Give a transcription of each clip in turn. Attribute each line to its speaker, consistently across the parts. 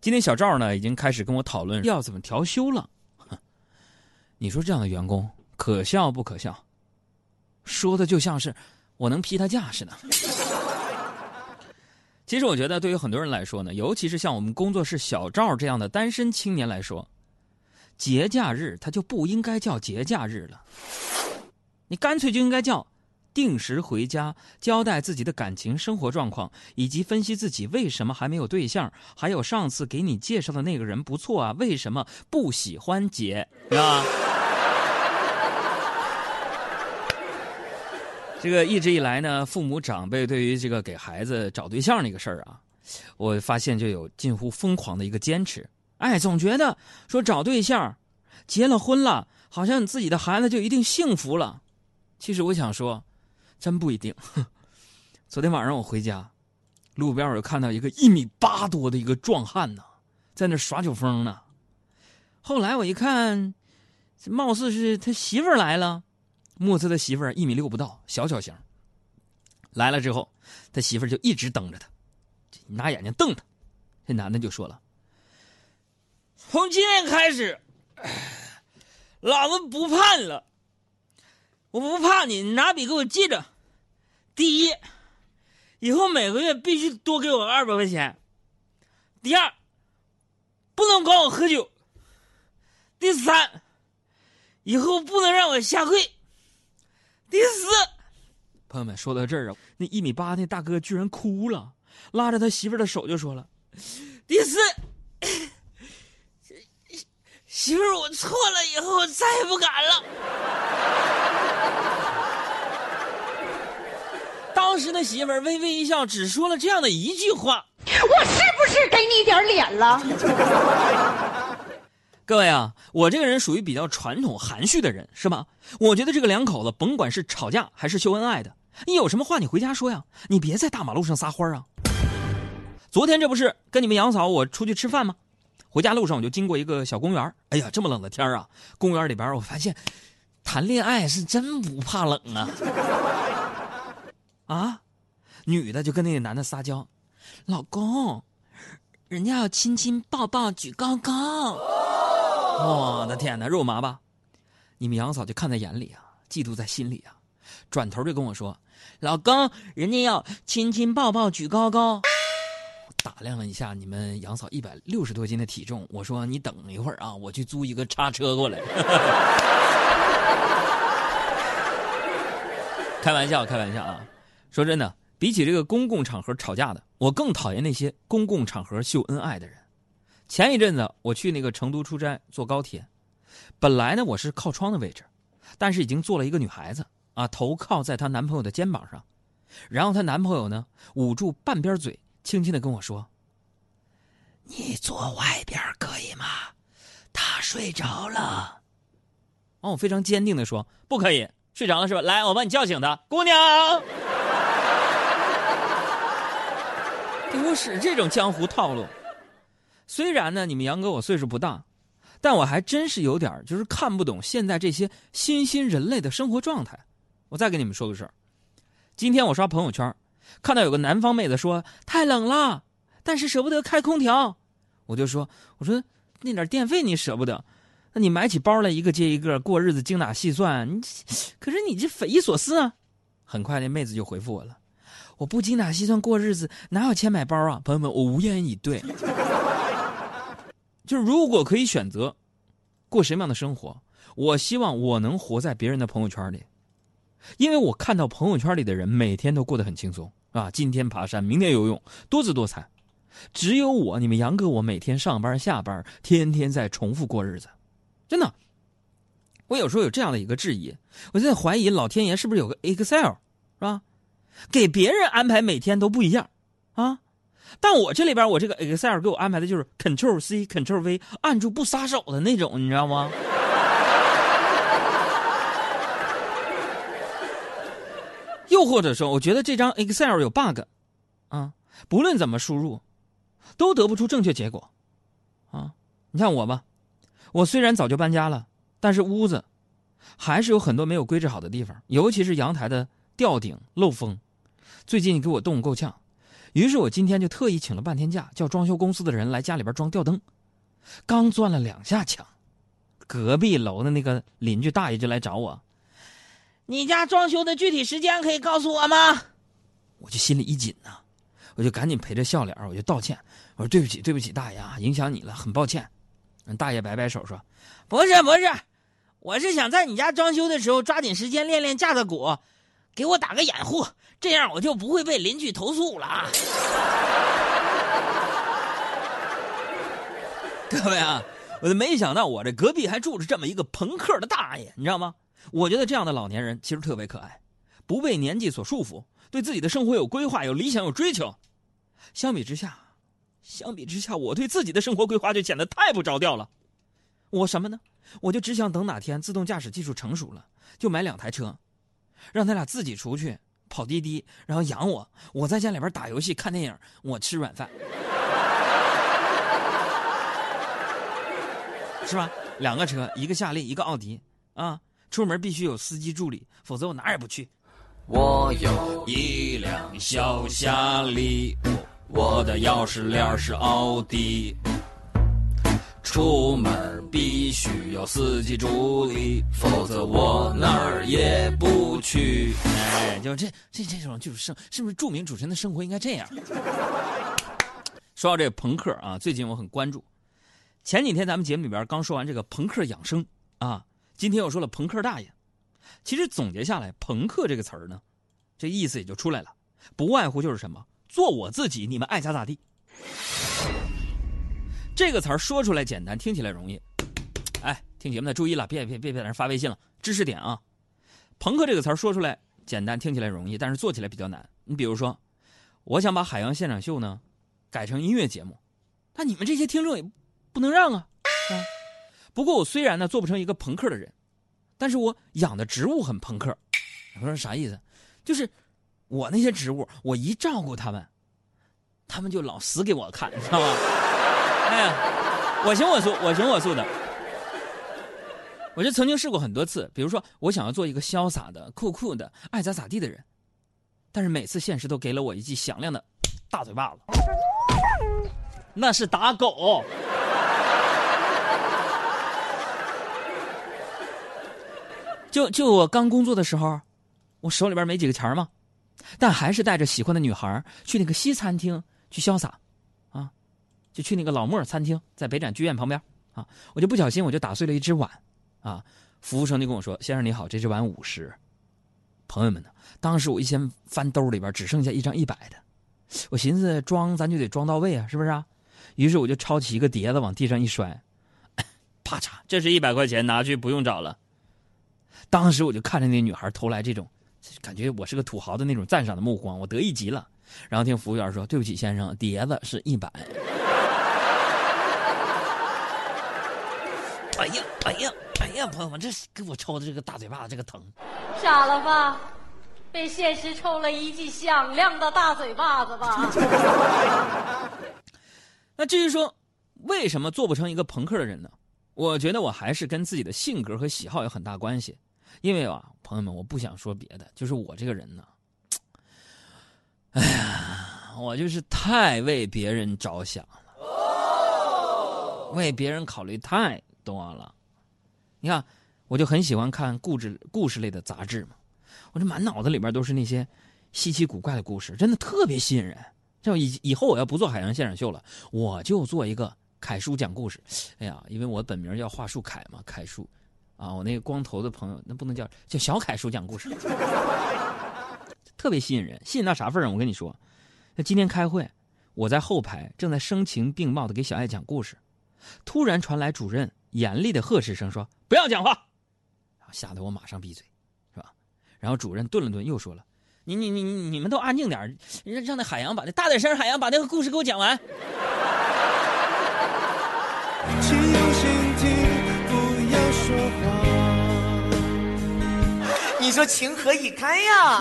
Speaker 1: 今天小赵呢已经开始跟我讨论要怎么调休了。你说这样的员工可笑不可笑？说的就像是我能批他假似的。其实我觉得对于很多人来说呢，尤其是像我们工作室小赵这样的单身青年来说，节假日它就不应该叫节假日了，你干脆就应该叫定时回家，交代自己的感情生活状况，以及分析自己为什么还没有对象，还有上次给你介绍的那个人不错啊，为什么不喜欢节啊？这个一直以来呢，父母长辈对于这个给孩子找对象那个事儿啊，我发现就有近乎疯狂的一个坚持。总觉得说找对象结了婚了，好像你自己的孩子就一定幸福了。其实我想说真不一定。昨天晚上我回家，路边我就看到一个1.8米多的一个壮汉呢，在那耍酒疯呢。后来我一看，貌似是他媳妇儿来了。莫测他媳妇儿1.6米不到，小型。来了之后，他媳妇儿就一直瞪着他，拿眼睛瞪他。这男的就说了：“从今天开始，老子不怕你了。我不怕你，你拿笔给我记着。第一，以后每个月必须多给我200块钱。第二，不能管我喝酒。第三，以后不能让我下跪。第四。”朋友们，说到这儿啊，那1.8米那大哥居然哭了，拉着他媳妇儿的手就说了：“第四，媳妇儿，我错了，以后我再也不敢了。”当时的媳妇儿微微一笑，只说了这样的一句话：“
Speaker 2: 我是不是给你点脸了？”
Speaker 1: 各位啊，我这个人属于比较传统含蓄的人，是吧？我觉得这个两口子甭管是吵架还是秀恩爱的，你有什么话你回家说呀，你别在大马路上撒欢啊。昨天这不是跟你们杨嫂我出去吃饭吗？回家路上我就经过一个小公园。哎呀，这么冷的天啊，公园里边我发现谈恋爱是真不怕冷啊。女的就跟那个男的撒娇：“老公，人家要亲亲抱抱举高高。”我的天哪，肉麻吧？你们杨嫂就看在眼里啊，嫉妒在心里啊，转头就跟我说：“老公，人家要亲亲抱抱举高高。”我打量了一下你们杨嫂160多斤的体重，我说：“你等一会儿啊，我去租一个叉车过来。”开玩笑啊！说真的，比起这个公共场合吵架的，我更讨厌那些公共场合秀恩爱的人。前一阵子我去那个成都出差，坐高铁，本来呢我是靠窗的位置，但是已经坐了一个女孩子啊，头靠在她男朋友的肩膀上，然后她男朋友呢捂住半边嘴，轻轻地跟我说：“你坐外边可以吗？他睡着了。”我非常坚定地说：“不可以，睡着了是吧？来，我帮你叫醒他，姑娘。”给我使这种江湖套路。虽然呢，你们杨哥我岁数不大，但我还真是有点就是看不懂现在这些新兴人类的生活状态。我再跟你们说个事儿，今天我刷朋友圈，看到有个南方妹子说太冷了，但是舍不得开空调。我说那点电费你舍不得，那你买起包来一个接一个过日子，精打细算，可是你这匪夷所思啊。很快那妹子就回复我了：“我不精打细算过日子，哪有钱买包啊？”朋友们，我无言以对。就是如果可以选择过什么样的生活，我希望我能活在别人的朋友圈里，因为我看到朋友圈里的人每天都过得很轻松啊，今天爬山，明天游泳，多姿多彩。只有我，你们杨哥我每天上班下班，天天在重复过日子。真的，我有时候有这样的一个质疑，我现在怀疑老天爷是不是有个 Excel 是吧？给别人安排每天都不一样啊。但我这里边我这个 Excel 给我安排的就是 Ctrl+C Ctrl+V 按住不撒手的那种，你知道吗？又或者说我觉得这张 Excel 有 bug 啊，不论怎么输入都得不出正确结果啊。你看我吧，我虽然早就搬家了，但是屋子还是有很多没有规制好的地方，尤其是阳台的吊顶漏风，最近给我冻够呛。 于是我今天就特意请了半天假，叫装修公司的人来家里边装吊灯。刚钻了2下墙，隔壁楼的那个邻居大爷就来找我：“你家装修的具体时间可以告诉我吗？”我就心里一紧呐，我就赶紧陪着笑脸，我就道歉，我说：“对不起，对不起，大爷啊，影响你了，很抱歉。”大爷摆摆手说：“不是，我是想在你家装修的时候抓紧时间练练架子鼓，给我打个掩护，这样我就不会被邻居投诉了啊。”各位啊，我都没想到我这隔壁还住着这么一个朋克的大爷，你知道吗？我觉得这样的老年人其实特别可爱，不被年纪所束缚，对自己的生活有规划、有理想、有追求。相比之下，我对自己的生活规划就显得太不着调了。我什么呢？我就只想等哪天自动驾驶技术成熟了，就买2台车，让他俩自己出去跑滴滴，然后养我，我在家里边打游戏、看电影，我吃软饭。是吧？2个车，一个夏利，一个奥迪啊！出门必须有司机助理，否则我哪儿也不去。我有一辆小夏利，我的钥匙链是奥迪。出门必须有司机助理，否则我哪儿也不去。哎，就这种就是是不是著名主持人的生活应该这样？说到这个朋克啊，最近我很关注。前几天咱们节目里边刚说完这个朋克养生啊，今天又说了朋克大爷。其实总结下来，朋克这个词儿呢，这意思也就出来了，不外乎就是什么，做我自己，你们爱咋咋地。这个词儿说出来简单，听起来容易。哎，听节目的注意了，别在那发微信了，知识点啊。朋克这个词儿说出来简单，听起来容易，但是做起来比较难。你比如说，我想把海洋现场秀呢改成音乐节目，那你们这些听众也不能让啊。不过我虽然呢做不成一个朋克的人，但是我养的植物很朋克。我说啥意思？就是我那些植物，我一照顾他们，他们就老死给我看，你知道吗？哎呀，我行我素的。我就曾经试过很多次，比如说我想要做一个潇洒的、酷的、爱咋咋地的人，但是每次现实都给了我一记响亮的大嘴巴子，那是打狗。就我刚工作的时候，我手里边没几个钱嘛，但还是带着喜欢的女孩去那个西餐厅去潇洒，啊，就去那个老莫餐厅，在北展剧院旁边啊，我就不小心我就打碎了一只碗，啊，服务生就跟我说：“先生你好，这只碗50。”朋友们呢，当时我一先翻兜里边只剩下一张100的，我寻思装咱就得装到位啊，是不是啊？于是我就抄起一个碟子往地上一摔，啪嚓，这是100块钱，拿去不用找了。当时我就看着那女孩投来这种感觉我是个土豪的那种赞赏的目光，我得意极了。然后听服务员说：“对不起先生，碟子是100。”哎呀，朋友们，这给我抽的这个大嘴巴子，这个疼！
Speaker 2: 傻了吧？被现实抽了一记响亮的大嘴巴子吧？
Speaker 1: 那至于说为什么做不成一个朋克的人呢？我觉得我还是跟自己的性格和喜好有很大关系。因为啊，朋友们，我不想说别的，就是我这个人呢，哎呀，我就是太为别人着想了，为别人考虑太多了。你看，我就很喜欢看故事类的杂志嘛，我这满脑子里边都是那些稀奇古怪的故事，真的特别吸引人。这以后我要不做海洋现场秀了，我就做一个凯叔讲故事。哎呀，因为我本名叫华树凯嘛，凯叔。啊，我那个光头的朋友，那不能叫小凯叔讲故事，特别吸引人，吸引到啥份儿上？我跟你说，那今天开会，我在后排正在声情并茂的给小爱讲故事，突然传来主任严厉的呵斥声，说：“不要讲话！”然后吓得我马上闭嘴，是吧？然后主任顿了顿，又说了：“你们都安静点，让那海洋把那大点声，海洋把那个故事给我讲完。”请用心听。
Speaker 3: 你说情何以堪呀？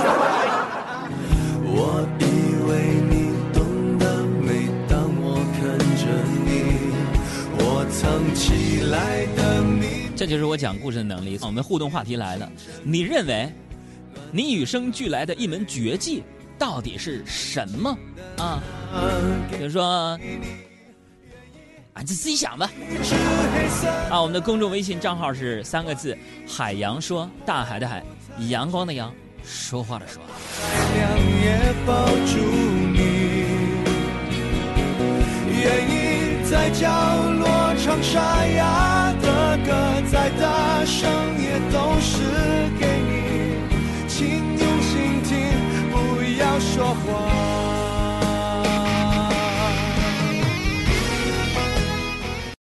Speaker 3: 我以为你懂得，每当我看着你，我藏起来的秘密。这就是我讲故事的能力。我们互动话题来了，你认为你与生俱来的一门绝技
Speaker 1: 到底是什么啊？比如说啊，你自己想吧。啊，我们的公众微信账号是3个字：海洋说，大海的海，阳光的阳，说话的说。
Speaker 3: 也抱住你，愿意在角落唱沙哑的歌，再大声也都是给你，请用心听，不要说话。